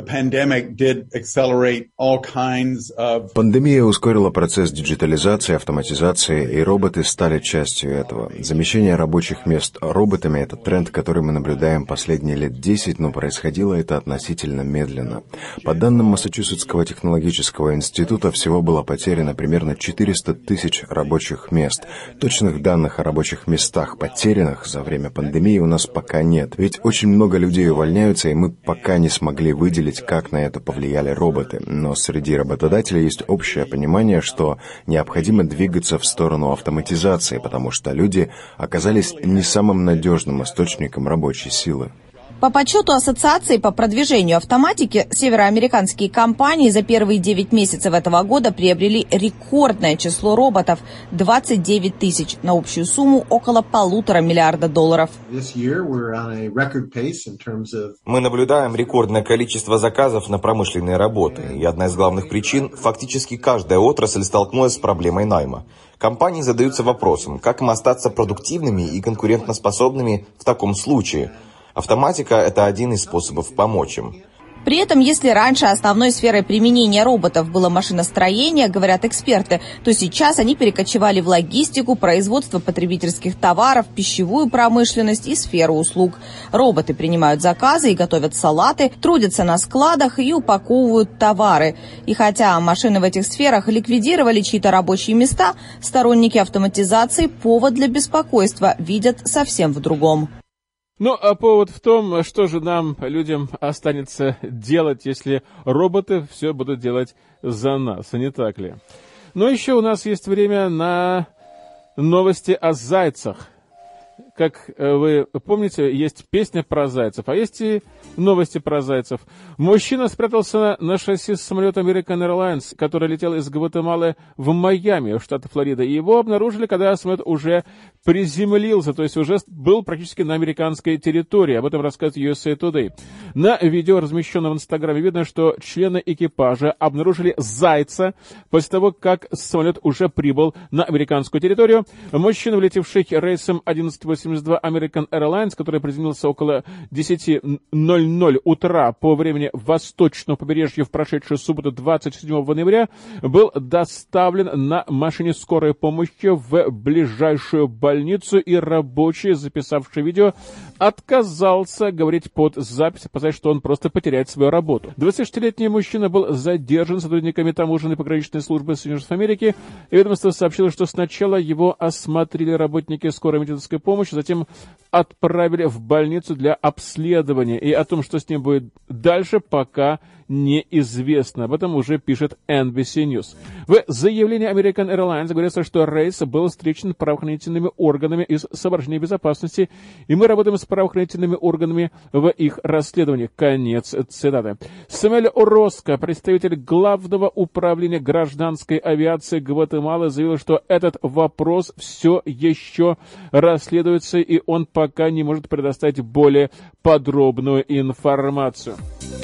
Пандемия ускорила процесс диджитализации, автоматизации, и роботы стали частью этого. Замещение рабочих мест роботами – это тренд, который мы наблюдаем последние лет десять, но происходило это относительно медленно. По данным Массачусетского технологического института, всего было потеряно примерно четыреста тысяч рабочих мест. Точных данных о рабочих местах, потерянных за время пандемии, у нас пока нет. Ведь очень много людей увольняются, и мы пока не смогли выделить, как на это повлияли роботы. Но среди работодателей есть общее понимание, что необходимо двигаться в сторону автоматизации, потому что люди оказались не самым надежным источником рабочей силы. По подсчету Ассоциации по продвижению автоматики, североамериканские компании за первые девять месяцев этого года приобрели рекордное число роботов – двадцать девять тысяч, на общую сумму около полутора миллиарда долларов. Мы наблюдаем рекордное количество заказов на промышленные работы, и одна из главных причин – фактически каждая отрасль столкнулась с проблемой найма. Компании задаются вопросом, как им остаться продуктивными и конкурентоспособными в таком случае. Автоматика – это один из способов помочь им. При этом, если раньше основной сферой применения роботов было машиностроение, говорят эксперты, то сейчас они перекочевали в логистику, производство потребительских товаров, пищевую промышленность и сферу услуг. Роботы принимают заказы и готовят салаты, трудятся на складах и упаковывают товары. И хотя машины в этих сферах ликвидировали чьи-то рабочие места, сторонники автоматизации повод для беспокойства видят совсем в другом. Ну, а повод в том, что же нам, людям, останется делать, если роботы все будут делать за нас, не так ли? Но еще у нас есть время на новости о зайцах. Как вы помните, есть песня про зайцев, а есть и новости про зайцев. Мужчина спрятался на шасси самолета American Airlines, который летел из Гватемалы в Майами, штат Флорида. И его обнаружили, когда самолет уже приземлился, то есть уже был практически на американской территории. Об этом рассказывает ю эс эй Today. На видео, размещенном в Инстаграме, видно, что члены экипажа обнаружили зайца после того, как самолет уже прибыл на американскую территорию. Мужчина, влетевший рейсом одиннадцать восемьдесят два American Airlines, который приземлился около десять ноль ноль утра по времени восточного побережья в прошедшую субботу двадцать седьмого ноября, был доставлен на машине скорой помощи в ближайшую больницу, и рабочий, записавший видео, отказался говорить под запись, опасаясь, что он просто потеряет свою работу. двадцатишестилетний мужчина был задержан сотрудниками таможенной пограничной службы Соединенных Штатов Америки, и ведомство сообщило, что сначала его осмотрели работники скорой медицинской помощи, затем отправили в больницу для обследования, и о том, что с ним будет дальше, пока неизвестно. Об этом уже пишет эн би си News. В заявлении American Airlines говорится, что рейс был встречен правоохранительными органами из соображений безопасности, и мы работаем с правоохранительными органами в их расследовании. Конец цитаты. Самуэль Ороско, представитель Главного управления гражданской авиации Гватемалы, заявил, что этот вопрос все еще расследуется, и он пока не может предоставить более подробную информацию.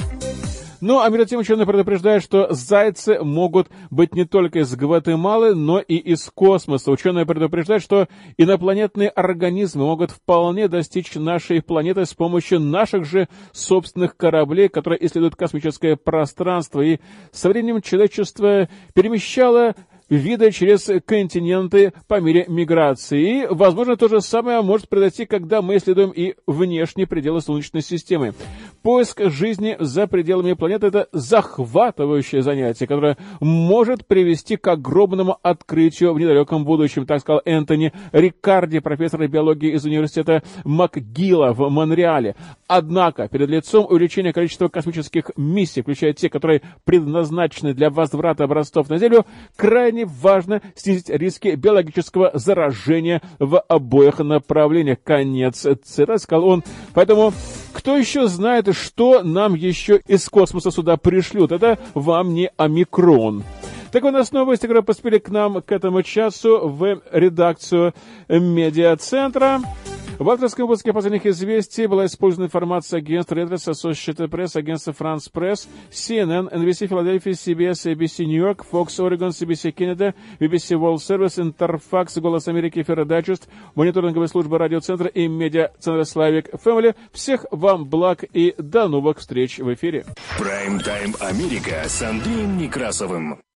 Ну, а между тем ученые предупреждают, что зайцы могут быть не только из Гватемалы, но и из космоса. Ученые предупреждают, что инопланетные организмы могут вполне достичь нашей планеты с помощью наших же собственных кораблей, которые исследуют космическое пространство. И со временем человечество перемещало виды через континенты по мере миграции. И, возможно, то же самое может произойти, когда мы исследуем и внешние пределы Солнечной системы. Поиск жизни за пределами планеты – это захватывающее занятие, которое может привести к огромному открытию в недалеком будущем, так сказал Энтони Риккарди, профессор биологии из университета МакГилла в Монреале. Однако, перед лицом увеличения количества космических миссий, включая те, которые предназначены для возврата образцов на Землю, крайне важно снизить риски биологического заражения в обоих направлениях. Конец цитаты, сказал он. Поэтому кто еще знает, что нам еще из космоса сюда пришлют? Это вам не омикрон. Так у нас новости, которые поспели к нам к этому часу в редакцию медиацентра. В авторском выпуске последних известий была использована информация агентств Reuters, Associated Press, агентства France Press, си эн эн, эн би си Philadelphia, си би эс, эй би си New York, Fox Oregon, си би си Canada, би би си World Service, Interfax, Голос Америки, Феродайджест, мониторинговая служба радиоцентра и медиацентра Slavic Family. Всех вам благ и до новых встреч в эфире. Прайм-тайм Америка с Андреем Некрасовым.